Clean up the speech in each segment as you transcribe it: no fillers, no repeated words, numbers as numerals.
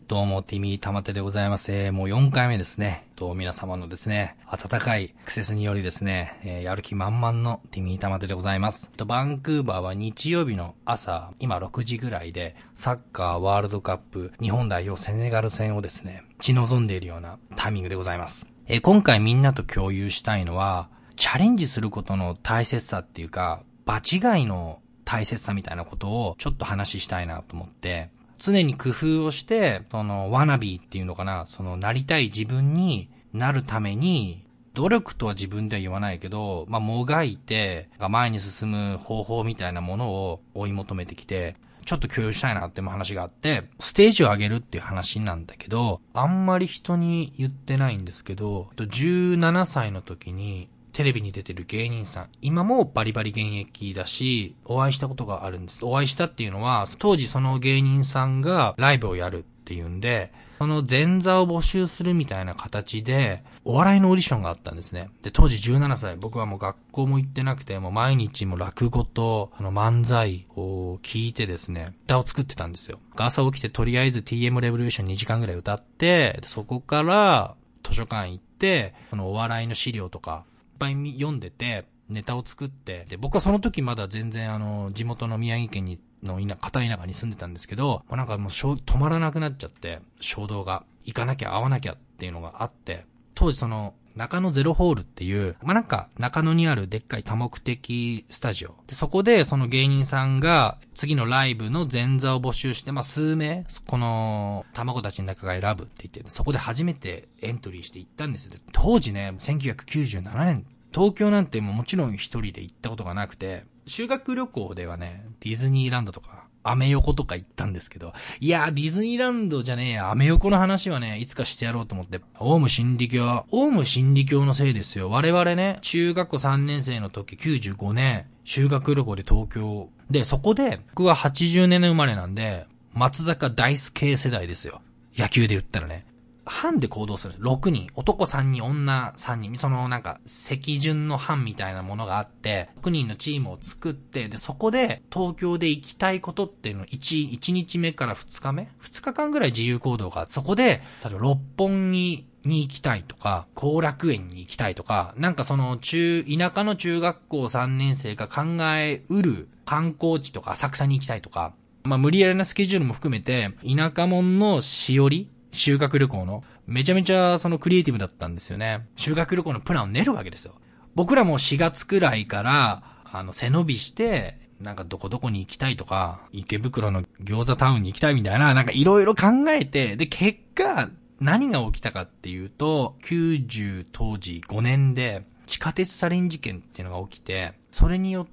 どうも、ティミー玉手でございます。もう4回目ですね。皆様のですね、温かいクセスによりですね、やる気満々のティミー玉手でございます。バンクーバーは日曜日の朝、今6時ぐらいで、サッカーワールドカップ日本代表セネガル戦をですね、待ち望んでいるようなタイミングでございます。今回みんなと共有したいのは、チャレンジすることの大切さっていうか、場違いの大切さみたいなことをちょっと話したいなと思って、常に工夫をして、ワナビーっていうのかな、なりたい自分になるために、努力とは自分では言わないけど、もがいて、前に進む方法みたいなものを追い求めてきて、ちょっと共有したいなって話があって、ステージを上げるっていう話なんだけど、あんまり人に言ってないんですけど、17歳の時に、テレビに出てる芸人さん、今もバリバリ現役だし、お会いしたことがあるんです。お会いしたっていうのは、当時その芸人さんがライブをやるっていうんで、その前座を募集するみたいな形で、お笑いのオーディションがあったんですね。で、当時17歳、僕はもう学校も行ってなくて、もう毎日も落語と、漫才を聞いてですね、歌を作ってたんですよ。朝起きてとりあえず TM レボリューション2時間ぐらい歌って、そこから図書館行って、お笑いの資料とか、いっぱい読んでて、ネタを作って、で、僕はその時まだ全然地元の宮城県の片田舎に住んでたんですけど、もう止まらなくなっちゃって、衝動が、行かなきゃ会わなきゃっていうのがあって、当時中野ゼロホールっていう、中野にあるでっかい多目的スタジオ。で、そこでその芸人さんが次のライブの前座を募集して、数名、この卵たちの中が選ぶって言って、そこで初めてエントリーして行ったんですよ。当時ね、1997年、東京なんてもちろん一人で行ったことがなくて、修学旅行ではね、ディズニーランドとか、アメ横とか行ったんですけど、いやー、ディズニーランドじゃねえや、アメ横の話はね、いつかしてやろうと思って、オウム真理教のせいですよ。我々ね、中学校3年生の時、95年、修学旅行で東京で、そこで、僕は80年生まれなんで、松坂大輔世代ですよ。野球で言ったらね。班で行動する。6人。男3人、女3人。席順の班みたいなものがあって、6人のチームを作って、で、そこで、東京で行きたいことっていうのを1日目から2日目 ?2 日間ぐらい自由行動があって、そこで、例えば六本木に行きたいとか、後楽園に行きたいとか、田舎の中学校3年生が考えうる観光地とか浅草に行きたいとか、無理やりなスケジュールも含めて、田舎者のしおり修学旅行の、めちゃめちゃクリエイティブだったんですよね。修学旅行のプランを練るわけですよ。僕らも4月くらいから、背伸びして、どこどこに行きたいとか、池袋の餃子タウンに行きたいみたいな、いろいろ考えて、で、結果、何が起きたかっていうと、90当時5年で、地下鉄サリン事件っていうのが起きて、それによって、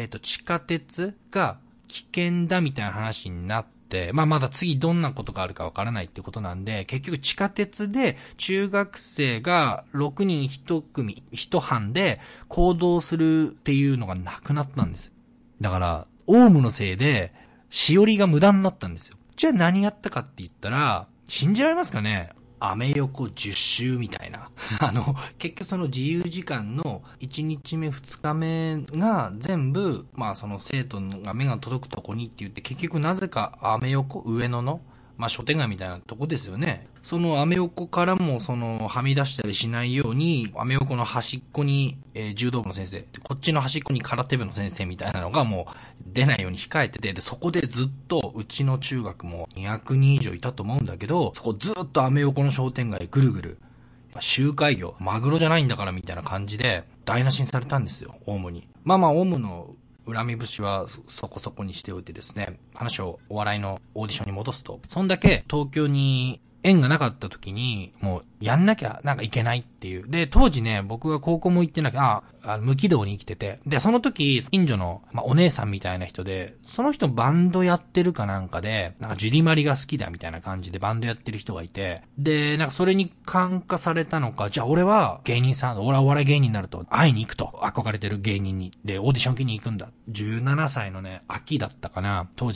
地下鉄が危険だみたいな話になって、まだ次どんなことがあるかわからないってことなんで、結局地下鉄で中学生が6人1組、1班で行動するっていうのがなくなったんです。だから、オウムのせいで、しおりが無駄になったんですよ。じゃあ何やったかって言ったら、信じられますかね？アメ横10周みたいな。結局自由時間の1日目2日目が全部、生徒が目が届くとこにって言って、結局なぜかアメ横上野の、書店街みたいなとこですよね。そのアメ横からもはみ出したりしないように、アメ横の端っこに、柔道部の先生、こっちの端っこに空手部の先生みたいなのがもう出ないように控えてて、で、そこでずっとうちの中学も200人以上いたと思うんだけど、そこずっとアメ横の商店街ぐるぐる、集会業、マグロじゃないんだからみたいな感じで台無しにされたんですよ、オウムに。オウムの恨み節はそこそこにしておいてですね、話をお笑いのオーディションに戻すと、そんだけ東京に縁がなかった時に、もうやんなきゃいけないっていう。で、当時ね、僕が高校も行ってなきゃ、無軌道に生きてて。で、その時、近所の、お姉さんみたいな人で、その人バンドやってるかなんかで、ジュリマリが好きだみたいな感じでバンドやってる人がいて、で、それに感化されたのか、じゃあ俺は芸人さん、俺はお笑い芸人になると、会いに行くと。憧れてる芸人に。で、オーディション来に行くんだ。17歳のね、秋だったかな。当時、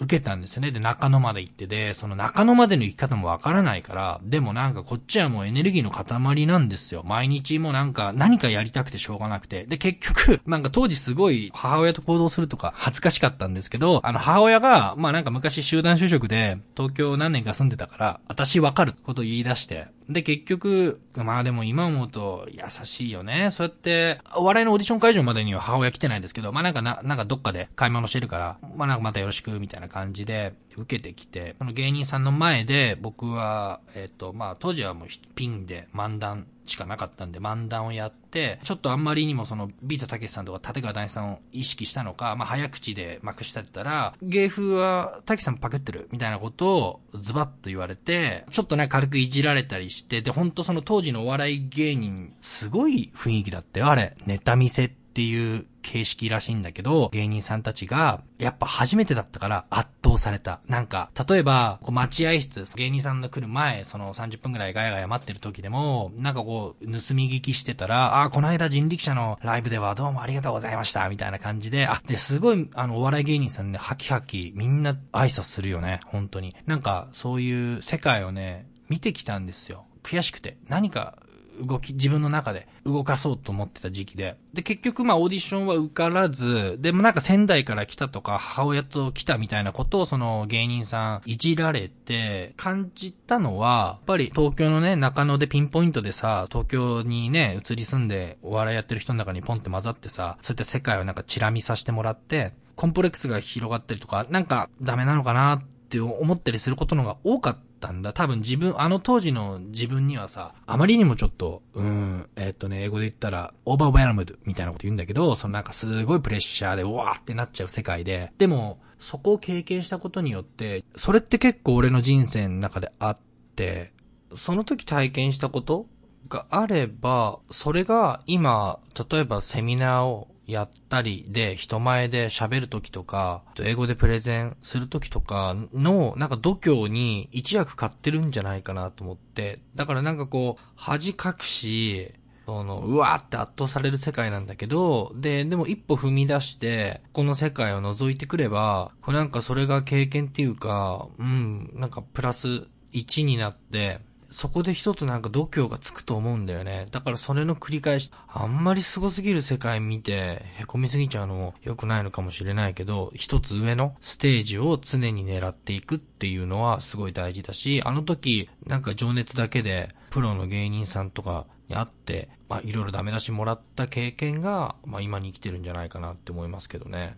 受けたんですよね。で、中野まで行ってで、その中野までの行き方もわからないから、でもなんかこっちはもうエネルギーの塊なんですよ。毎日もなんか何かやりたくてしょうがなくて。で、結局、なんか当時すごい母親と行動するとか恥ずかしかったんですけど、母親が、まあなんか昔集団就職で東京何年か住んでたから、私わかることを言い出して、で、結局、まあでも今思うと優しいよね。そうやって、お笑いのオーディション会場までには母親来てないんですけど、まあなんかどっかで買い物してるから、まあなんかまたよろしくみたいな感じで受けてきて、その芸人さんの前で僕は、まあ当時はもうピンで漫談しかなかったんで漫談をやって、ちょっとあんまりにもそのビートたけしさんとか立川談志さんを意識したのか、まあ早口でまくし立てたら、芸風はたけしさんパクってるみたいなことをズバッと言われて、ちょっとね軽くいじられたりして、で、ほんとその当時のお笑い芸人、すごい雰囲気だったよ、あれ。ネタ見せっていう形式らしいんだけど、芸人さんたちが、やっぱ初めてだったから圧倒された。なんか、例えば、こう待合室、芸人さんが来る前、その30分くらいガヤガヤ待ってる時でも、なんかこう、盗み聞きしてたら、この間人力車のライブではどうもありがとうございました、みたいな感じで、で、すごい、お笑い芸人さんね、ハキハキ、みんな挨拶するよね、本当に。なんか、そういう世界をね、見てきたんですよ。悔しくて。何か、自分の中で動かそうと思ってた時期で。で、結局まあオーディションは受からず、でもなんか仙台から来たとか、母親と来たみたいなことをその芸人さんいじられて、感じたのは、やっぱり東京のね、中野でピンポイントでさ、東京にね、移り住んでお笑いやってる人の中にポンって混ざってさ、そういった世界をなんかチラ見させてもらって、コンプレックスが広がったりとか、なんかダメなのかなって思ったりすることのが多かったんだ。多分当時の自分にはさ、あまりにもちょっと、英語で言ったら、オーバーウェルムドみたいなこと言うんだけど、そのなんかすごいプレッシャーで、うわーってなっちゃう世界で、でも、そこを経験したことによって、それって結構俺の人生の中であって、その時体験したことがあれば、それが今、例えばセミナーをやったりで人前で喋るときとか、英語でプレゼンするときとかのなんか度胸に一役買ってるんじゃないかなと思って、だからなんかこう恥かくし、うわーって圧倒される世界なんだけど、でも一歩踏み出してこの世界を覗いてくれば、これなんかそれが経験っていうか、なんかプラス1になって。そこで一つなんか度胸がつくと思うんだよね。だからそれの繰り返し、あんまり凄すぎる世界見て凹みすぎちゃうのも良くないのかもしれないけど、一つ上のステージを常に狙っていくっていうのはすごい大事だし、あの時なんか情熱だけでプロの芸人さんとかに会って、いろいろダメ出しもらった経験が、今に生きてるんじゃないかなって思いますけどね。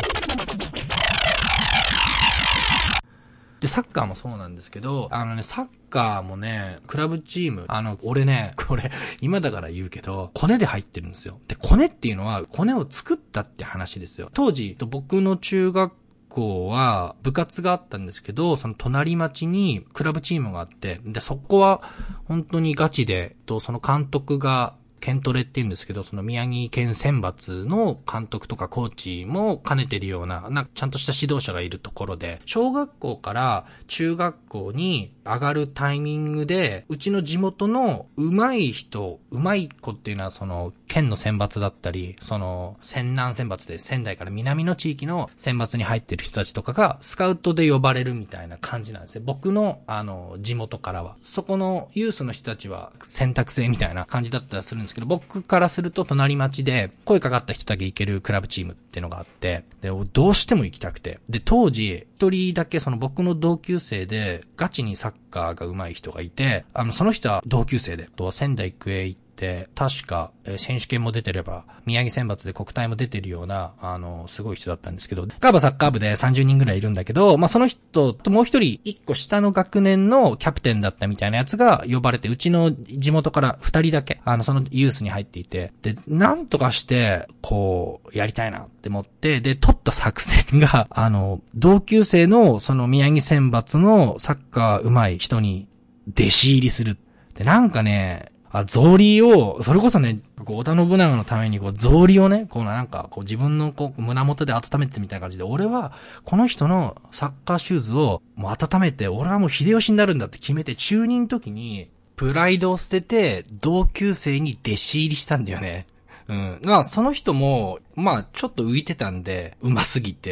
で、サッカーもそうなんですけど、サッカーもね、クラブチーム、俺ね、これ、今だから言うけど、コネで入ってるんですよ。で、コネっていうのは、コネを作ったって話ですよ。当時、僕の中学校は部活があったんですけど、その隣町にクラブチームがあって、で、そこは本当にガチで、その監督が、県トレって言うんですけど、その宮城県選抜の監督とかコーチも兼ねてるような、ちゃんとした指導者がいるところで、小学校から中学校に上がるタイミングで、うちの地元の上手い子っていうのはその県の選抜だったり、その仙南選抜で仙台から南の地域の選抜に入ってる人たちとかがスカウトで呼ばれるみたいな感じなんですね。僕の地元からは。そこのユースの人たちは選択制みたいな感じだったりするんですけど、僕からすると隣町で声かかった人だけ行けるクラブチームっていうのがあって、で、どうしても行きたくて。で、当時、一人だけその僕の同級生でガチにサッカーが上手い人がいて、その人は同級生で、仙台育英行って、確か、選手権も出てれば、宮城選抜で国体も出てるような、すごい人だったんですけど、サッカー部で30人ぐらいいるんだけど、その人ともう一人、一個下の学年のキャプテンだったみたいなやつが呼ばれて、うちの地元から2人だけ、そのユースに入っていて、で、なんとかして、やりたいなって思って、で、取った作戦が、同級生の、その宮城選抜のサッカー上手い人に弟子入りする。で、なんかね、草履を、それこそね、織田信長のために草履をね、自分の胸元で温めてみたいな感じで、俺は、この人のサッカーシューズをもう温めて、俺はもう秀吉になるんだって決めて、中2の時に、プライドを捨てて、同級生に弟子入りしたんだよね。その人も、ちょっと浮いてたんで、上手すぎて。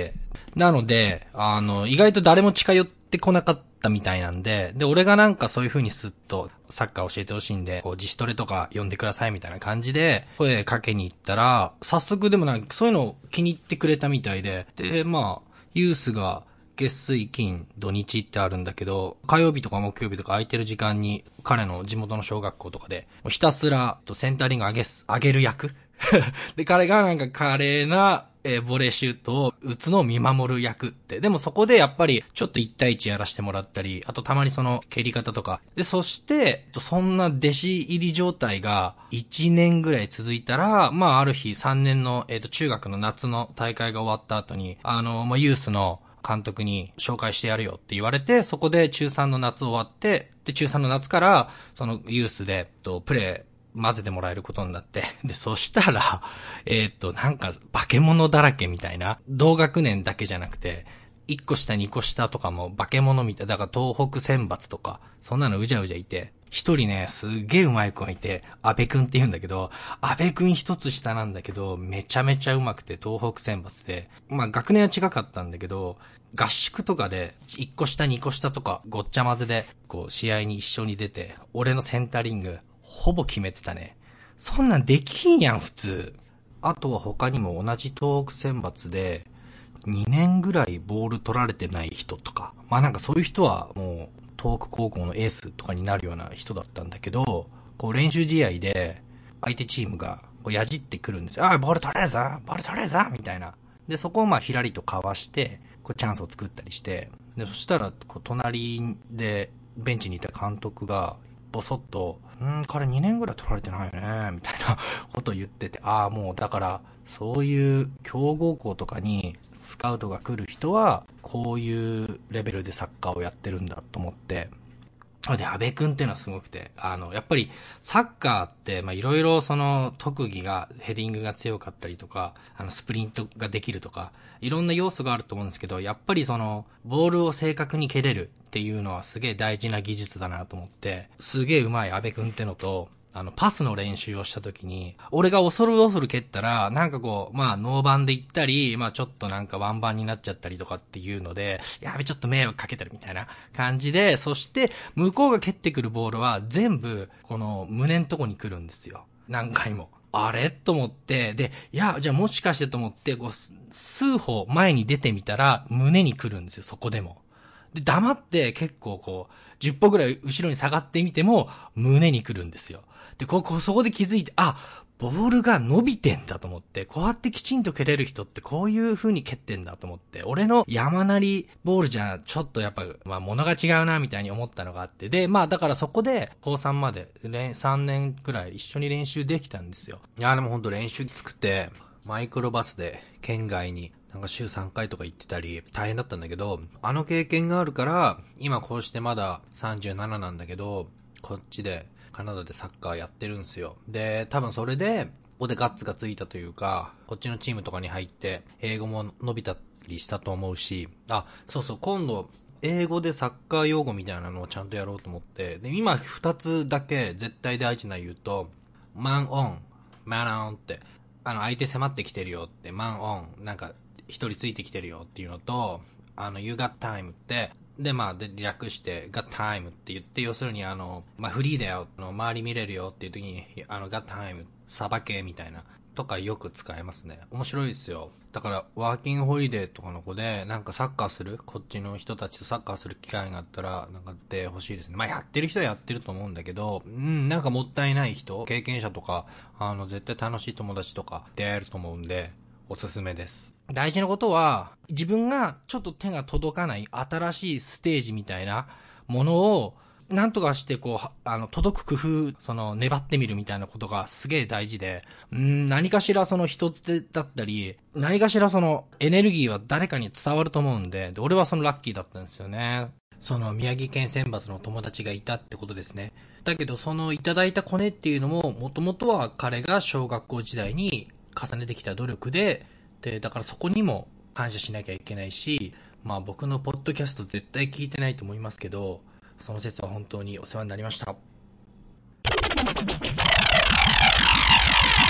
なので、意外と誰も近寄ってこなかったみたいなんで、俺がなんかそういう風にスッとサッカー教えてほしいんで、こう自主トレとか呼んでくださいみたいな感じで、声かけに行ったら、早速でもなんかそういうのを気に入ってくれたみたいで、で、まあ、ユースが、月水金土日ってあるんだけど、火曜日とか木曜日とか空いてる時間に彼の地元の小学校とかでひたすらセンタリング上げる役で、彼がなんか華麗なボレーシュートを打つのを見守る役って。でもそこでやっぱりちょっと1対1やらせてもらったり、あとたまにその蹴り方とか。で、そして、そんな弟子入り状態が1年ぐらい続いたら、まあある日3年の中学の夏の大会が終わった後に、まあユースの監督に紹介してやるよって言われて、そこで中3の夏終わって、で、中3の夏から、そのユースで、プレー混ぜてもらえることになって、で、そしたら、なんか、化け物だらけみたいな、同学年だけじゃなくて、1個下2個下とかも化け物みたい、だから東北選抜とか、そんなのうじゃうじゃいて、一人ね、すっげえ上手い子がいて、安倍くんって言うんだけど、安倍くん一つ下なんだけど、めちゃめちゃ上手くて東北選抜で、まあ学年は違かったんだけど、合宿とかで、1個下2個下とか、ごっちゃ混ぜで、こう、試合に一緒に出て、俺のセンタリング、ほぼ決めてたね。そんなんできんやん、普通。あとは他にも同じ東北選抜で、2年ぐらいボール取られてない人とか、まあなんかそういう人はもう、東北高校のエースとかになるような人だったんだけど、こう練習試合で、相手チームが、こうやじってくるんですよ。ああ、ボール取れるぞボール取れるぞみたいな。で、そこをまあひらりとかわして、こうチャンスを作ったりして、で、そしたら、こう隣でベンチにいた監督が、ボソッと、彼2年ぐらい取られてないよね、みたいなことを言ってて、ああ、もうだから、そういう強豪校とかにスカウトが来る人は、こういうレベルでサッカーをやってるんだと思って、で、安倍くんっていうのはすごくて、やっぱり、サッカーって、ま、いろいろその、特技が、ヘディングが強かったりとか、スプリントができるとか、いろんな要素があると思うんですけど、やっぱりその、ボールを正確に蹴れるっていうのはすげえ大事な技術だなと思って、すげえ上手い安倍くんってのと、パスの練習をした時に、俺が恐る恐る蹴ったら、なんかこう、まあ、ノーバンで行ったり、まあ、ちょっとなんかワンバンになっちゃったりとかっていうので、やべ、ちょっと迷惑かけてるみたいな感じで、そして、向こうが蹴ってくるボールは全部、この胸のとこに来るんですよ。何回も。あれと思って、で、いや、じゃあもしかしてと思って、こう、数歩前に出てみたら、胸に来るんですよ、そこでも。で、黙って結構こう、10歩ぐらい後ろに下がってみても、胸に来るんですよ。で、そこで気づいて、あ、ボールが伸びてんだと思って、こうやってきちんと蹴れる人ってこういう風に蹴ってんだと思って、俺の山なりボールじゃ、ちょっとやっぱ、まあ物が違うな、みたいに思ったのがあって、で、まあだからそこで、高3まで、3年くらい一緒に練習できたんですよ。いや、でもほんと練習きつくて、マイクロバスで県外になんか週3回とか行ってたり大変だったんだけど、あの経験があるから、今こうしてまだ37なんだけど、こっちでカナダでサッカーやってるんですよ。で、多分それで、ここでガッツがついたというか、こっちのチームとかに入って、英語も伸びたりしたと思うし、あ、そうそう、今度、英語でサッカー用語みたいなのをちゃんとやろうと思って、で、今2つだけ絶対大事な言うと、マンオン、マンオンって、相手迫ってきてるよって、マンオン、なんか、一人ついてきてるよっていうのと、You got time って、で、まあ、で、略して、got time って言って、要するにまあ、フリーだよ、周り見れるよっていう時に、got time、さばけ、みたいな、とかよく使えますね。面白いですよ。だから、ワーキングホリデーとかの子で、なんかサッカーする、こっちの人たちとサッカーする機会があったら、なんかで欲しいですね。まあ、やってる人はやってると思うんだけど、なんかもったいない人、経験者とか、絶対楽しい友達とか出会えると思うんで、おすすめです。大事なことは、自分がちょっと手が届かない新しいステージみたいなものを、なんとかしてこう、届く工夫、粘ってみるみたいなことがすげえ大事で、何かしら人つてだったり、何かしらエネルギーは誰かに伝わると思うんで、俺はラッキーだったんですよね。宮城県選抜の友達がいたってことですね。だけどいただいたコネっていうのも、もともとは彼が小学校時代に重ねてきた努力で、だからそこにも感謝しなきゃいけないし、まあ僕のポッドキャスト絶対聞いてないと思いますけど、その説は本当にお世話になりました。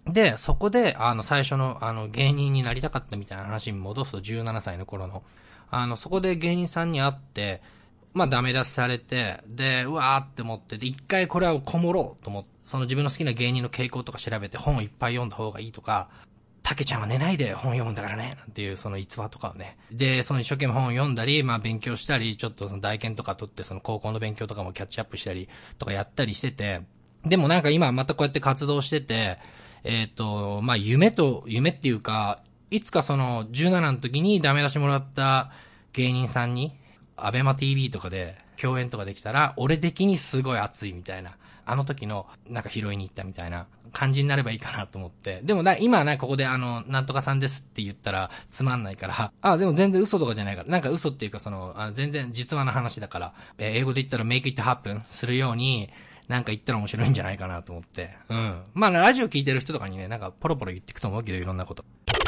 で、そこで、最初の、芸人になりたかったみたいな話に戻すと、17歳の頃の。そこで芸人さんに会って、まあ、ダメ出しされて、で、うわーって思って、で、一回これはこもろうと思って、その自分の好きな芸人の傾向とか調べて、本をいっぱい読んだ方がいいとか、たけちゃんは寝ないで本読むんだからね、なんていうその逸話とかをね。で、その一生懸命本を読んだり、まあ勉強したり、ちょっとその代検とか取って、その高校の勉強とかもキャッチアップしたり、とかやったりしてて、でもなんか今またこうやって活動してて、まあ夢っていうか、いつかその17の時にダメ出しもらった芸人さんに、アベマ TV とかで共演とかできたら、俺的にすごい熱いみたいな。あの時の、なんか拾いに行ったみたいな感じになればいいかなと思って。でも今はね、ここでなんとかさんですって言ったらつまんないから、でも全然嘘とかじゃないから、なんか嘘っていうか全然実話の話だから、英語で言ったら make it happen するように、なんか言ったら面白いんじゃないかなと思って。うん。まあ、ラジオ聞いてる人とかにね、なんかポロポロ言ってくと思うけど、いろんなこと。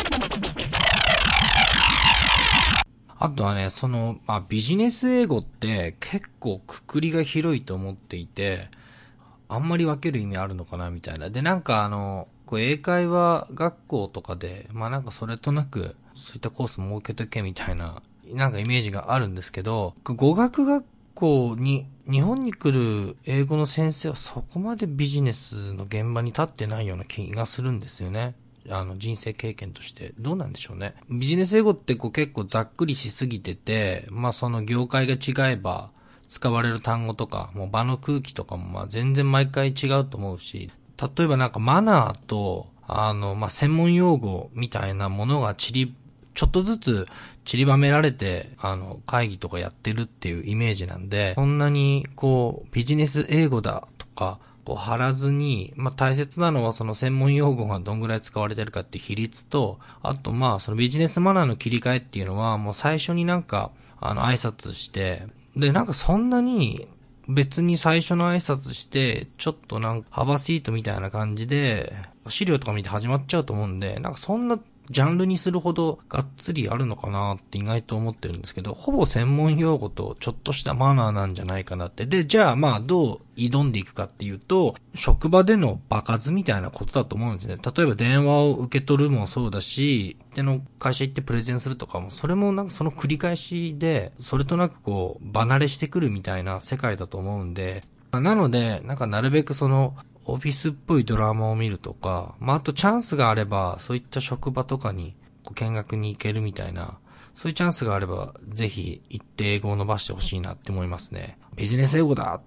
あとはね、まあ、ビジネス英語って結構くくりが広いと思っていて、あんまり分ける意味あるのかなみたいな。で、なんか英会話学校とかで、まあなんかそれとなく、そういったコース設けとけみたいな、なんかイメージがあるんですけど、語学学校に、日本に来る英語の先生はそこまでビジネスの現場に立ってないような気がするんですよね。人生経験として。どうなんでしょうね。ビジネス英語って結構ざっくりしすぎてて、まあその業界が違えば、使われる単語とか、もう場の空気とかもまあ全然毎回違うと思うし、例えばなんかマナーと、まあ専門用語みたいなものがちょっとずつ散りばめられて、会議とかやってるっていうイメージなんで、そんなにビジネス英語だとか、貼らずに、まあ、大切なのはその専門用語がどんぐらい使われてるかっていう比率と、あとまあ、そのビジネスマナーの切り替えっていうのは、もう最初になんか、挨拶して、で、なんかそんなに、別に最初の挨拶して、ちょっとなんか、ハバシートみたいな感じで、資料とか見て始まっちゃうと思うんで、なんかそんな、ジャンルにするほどがっつりあるのかなって意外と思ってるんですけど、ほぼ専門用語とちょっとしたマナーなんじゃないかなって。で、じゃあまあどう挑んでいくかっていうと、職場での場数みたいなことだと思うんですね。例えば電話を受け取るもそうだし、での会社行ってプレゼンするとかも、それもなんかその繰り返しで、それとなく離れしてくるみたいな世界だと思うんで、なので、なんかなるべくオフィスっぽいドラマを見るとか、まあ、あとチャンスがあれば、そういった職場とかに見学に行けるみたいな、そういうチャンスがあれば、ぜひ行って英語を伸ばしてほしいなって思いますね。ビジネス英語だって、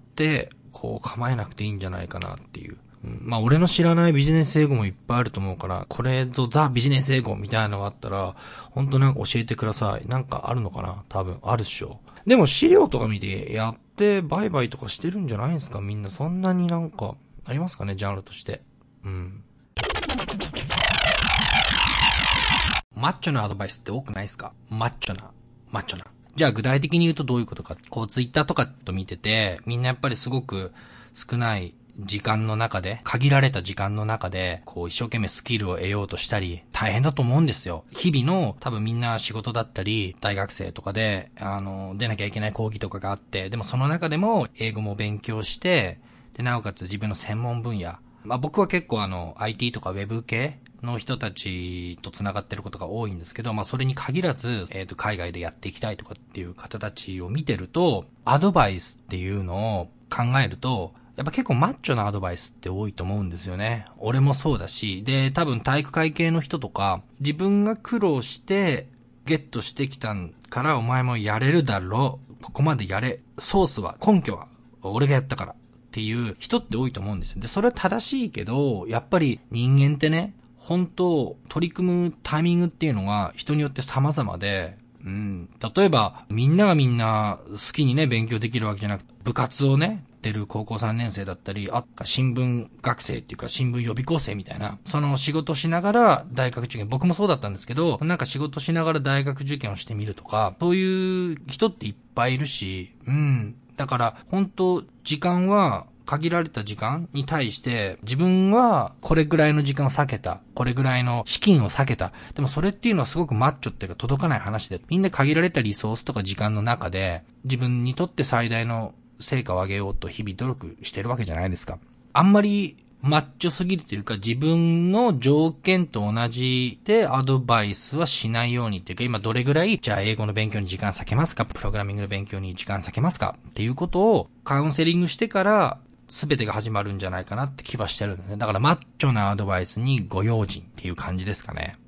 構えなくていいんじゃないかなっていう。まあ、俺の知らないビジネス英語もいっぱいあると思うから、これぞザ・ビジネス英語みたいなのがあったら、本当なんか教えてください。なんかあるのかな？多分、あるっしょ。でも資料とか見てやって売買とかしてるんじゃないんですか？みんなそんなになんか、ありますかね、ジャンルとして。うん。マッチョなアドバイスって多くないですか？マッチョな。じゃあ具体的に言うとどういうことか。ツイッターとかと見てて、みんなやっぱりすごく少ない時間の中で、限られた時間の中で、一生懸命スキルを得ようとしたり、大変だと思うんですよ。日々の、多分みんな仕事だったり、大学生とかで、出なきゃいけない講義とかがあって、でもその中でも、英語も勉強して、で、なおかつ自分の専門分野。まあ僕は結構IT とか Web 系の人たちと繋がってることが多いんですけど、まあそれに限らず、海外でやっていきたいとかっていう方たちを見てると、アドバイスっていうのを考えると、やっぱ結構マッチョなアドバイスって多いと思うんですよね。俺もそうだし、で、多分体育会系の人とか、自分が苦労してゲットしてきたからお前もやれるだろう。ここまでやれ。ソースは、根拠は、俺がやったから。っていう人って多いと思うんですよ。で、それは正しいけど、やっぱり人間ってね、本当取り組むタイミングっていうのが人によって様々で、例えば、みんながみんな好きにね、勉強できるわけじゃなくて、部活をね、出る高校3年生だったり、新聞学生っていうか新聞予備校生みたいな、その仕事しながら大学受験、僕もそうだったんですけど、なんか仕事しながら大学受験をしてみるとか、そういう人っていっぱいいるし、だから本当時間は限られた時間に対して自分はこれぐらいの時間を避けた。これぐらいの資金を避けた。でもそれっていうのはすごくマッチョっていうか届かない話で、みんな限られたリソースとか時間の中で自分にとって最大の成果を上げようと日々努力してるわけじゃないですか。あんまりマッチョすぎるというか、自分の条件と同じでアドバイスはしないようにっていうか、今どれぐらい、じゃあ英語の勉強に時間割けますか、プログラミングの勉強に時間割けますかっていうことをカウンセリングしてから全てが始まるんじゃないかなって気はしてるんですね。だからマッチョなアドバイスにご用心っていう感じですかね。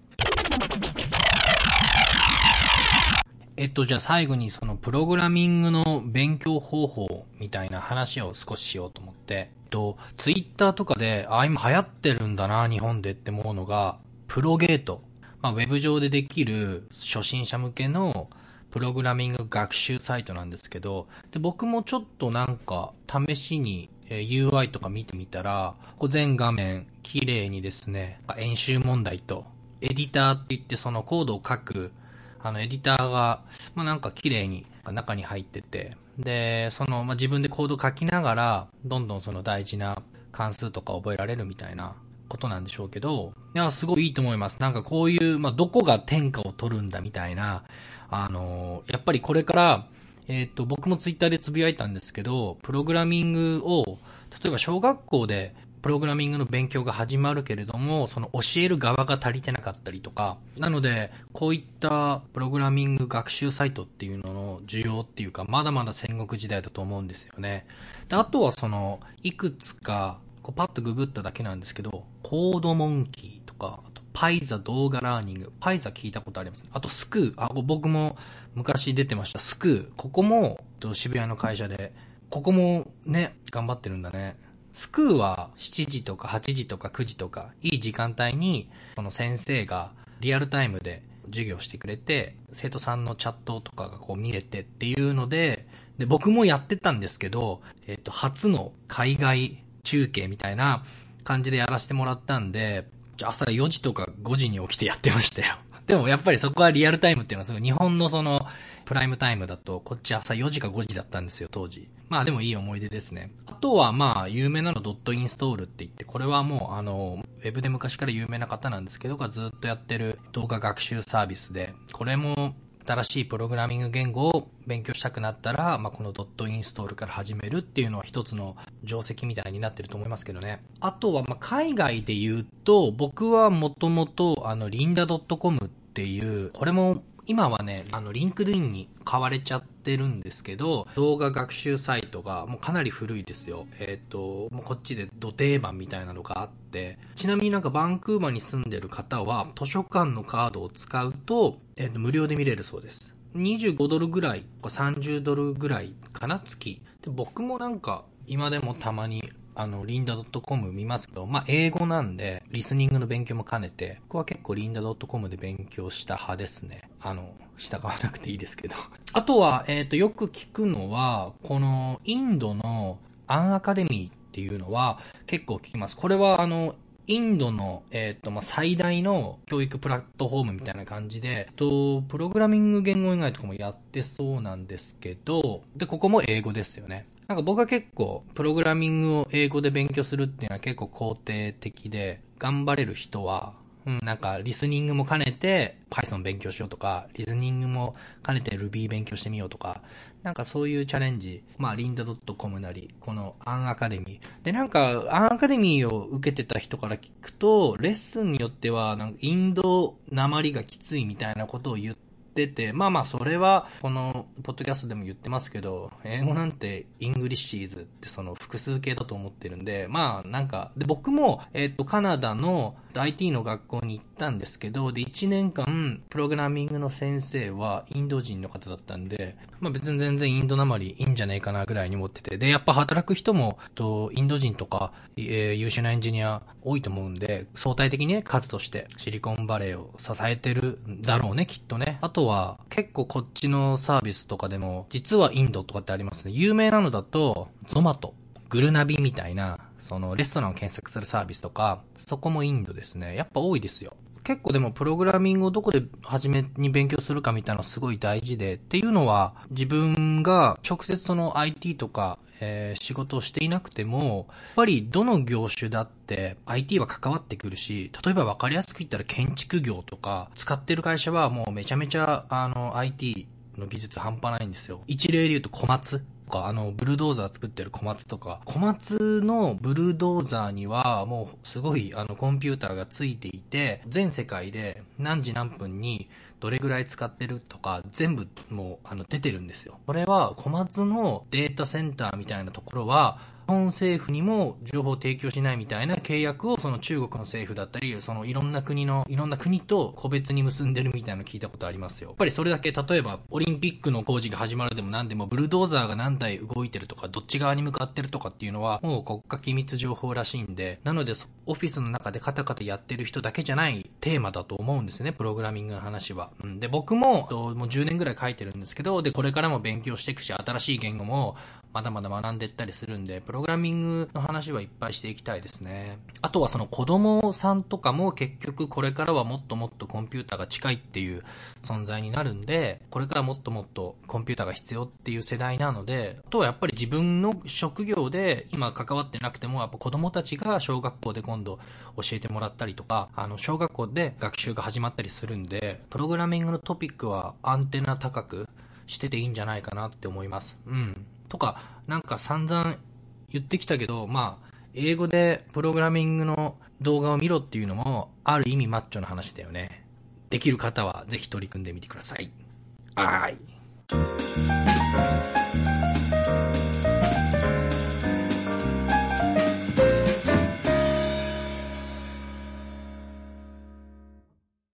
じゃあ最後にそのプログラミングの勉強方法みたいな話を少ししようと思って、ツイッターとかで、今流行ってるんだな、日本でって思うのが、プロゲート。ウェブ上でできる初心者向けのプログラミング学習サイトなんですけど、で、僕もちょっとなんか試しにUI とか見てみたら、全画面綺麗にですね、演習問題と、エディターって言ってそのコードを書くエディターが、なんか綺麗に中に入ってて、で、自分でコード書きながら、どんどんその大事な関数とか覚えられるみたいなことなんでしょうけど、いや、すごいいいと思います。なんかこういう、どこが天下を取るんだみたいな、やっぱりこれから、僕もツイッターでつぶやいたんですけど、プログラミングを、例えば小学校で、プログラミングの勉強が始まるけれども、その教える側が足りてなかったりとか、なので、こういったプログラミング学習サイトっていうのの需要っていうか、まだまだ戦国時代だと思うんですよね。で、あとはいくつか、パッとググっただけなんですけど、コードモンキーとか、あとパイザ動画ラーニング、パイザ聞いたことありますね。あとスクー、僕も昔出てました、スクー。ここも、渋谷の会社で、ここもね、頑張ってるんだね。スクーは7時とか8時とか9時とかいい時間帯にその先生がリアルタイムで授業してくれて生徒さんのチャットとかが見れてっていうので僕もやってたんですけど、初の海外中継みたいな感じでやらせてもらったんで朝4時とか5時に起きてやってましたよ。でもやっぱりそこはリアルタイムっていうのはすごい日本のプライムタイムだとこっち朝4時か5時だったんですよ当時。でもいい思い出ですね。あとは有名なのドットインストールって言ってこれはもうウェブで昔から有名な方なんですけどがずっとやってる動画学習サービスでこれも新しいプログラミング言語を勉強したくなったら、このドットインストールから始めるっていうのは一つの定石みたいになってると思いますけどね。あとは海外で言うと僕はもともとリンダ .com っていうこれも今はね、リンクドインに買われちゃってるんですけど、動画学習サイトがもうかなり古いですよ。もうこっちで土定番みたいなのがあって、ちなみにバンクーバーに住んでる方は、図書館のカードを使うと、無料で見れるそうです。25ドルぐらい、30ドルぐらいかな、月。で、僕も今でもたまに、リンダ .com 見ますけど、英語なんで、リスニングの勉強も兼ねて、僕は結構リンダ .com で勉強した派ですね。従わなくていいですけど。あとは、よく聞くのは、この、インドのアンアカデミーっていうのは、結構聞きます。これは、インドの、最大の教育プラットフォームみたいな感じで、プログラミング言語以外とかもやってそうなんですけど、で、ここも英語ですよね。僕は結構、プログラミングを英語で勉強するっていうのは結構肯定的で、頑張れる人は、リスニングも兼ねて Python 勉強しようとか、リスニングも兼ねて Ruby 勉強してみようとか、そういうチャレンジ、リンダ .com なり、このアンアカデミー。で、アンアカデミーを受けてた人から聞くと、レッスンによっては、インド訛りがきついみたいなことを言ってて、それは、この、ポッドキャストでも言ってますけど、英語なんて、イングリッシーズって複数形だと思ってるんで、で、僕も、カナダの IT の学校に行ったんですけど、で、1年間、プログラミングの先生は、インド人の方だったんで、別に全然インドなまりいいんじゃねえかなぐらいに思ってて、で、やっぱ働く人も、インド人とか、優秀なエンジニア多いと思うんで、相対的にね、数としてシリコンバレーを支えてるんだろうね、きっとね。あとは、結構こっちのサービスとかでも、実はインドとかってありますね。有名なのだと、ゾマト、グルナビみたいな、レストランを検索するサービスとか、そこもインドですね。やっぱ多いですよ。結構でもプログラミングをどこで初めに勉強するかみたいなのすごい大事でっていうのは自分が直接IT とか、仕事をしていなくてもやっぱりどの業種だって IT は関わってくるし、例えば分かりやすく言ったら建築業とか使ってる会社はもうめちゃめちゃIT の技術半端ないんですよ。一例で言うと小松ブルドーザー作ってる小松とか、小松のブルドーザーにはもうすごいコンピューターがついていて、全世界で何時何分にどれぐらい使ってるとか全部もう出てるんですよ。これは小松のデータセンターみたいなところは日本政府にも情報を提供しないみたいな契約をその中国の政府だったり、そのいろんな国と個別に結んでるみたいなの聞いたことありますよ。やっぱりそれだけ例えばオリンピックの工事が始まるでも何でもブルドーザーが何台動いてるとかどっち側に向かってるとかっていうのはもう国家機密情報らしいんで、なのでオフィスの中でカタカタやってる人だけじゃないテーマだと思うんですね、プログラミングの話は。で、僕ももう10年ぐらい書いてるんですけど、で、これからも勉強していくし、新しい言語もまだまだ学んでいったりするんで、プログラミングの話はいっぱいしていきたいですね。あとはその子供さんとかも結局これからはもっともっとコンピューターが近いっていう存在になるんで、これからもっともっとコンピューターが必要っていう世代なので、あとはやっぱり自分の職業で今関わってなくても、やっぱ子供たちが小学校で今度教えてもらったりとか、小学校で学習が始まったりするんで、プログラミングのトピックはアンテナ高くしてていいんじゃないかなって思います。とか、なんか散々言ってきたけど、英語でプログラミングの動画を見ろっていうのも、ある意味マッチョな話だよね。できる方はぜひ取り組んでみてください。はい。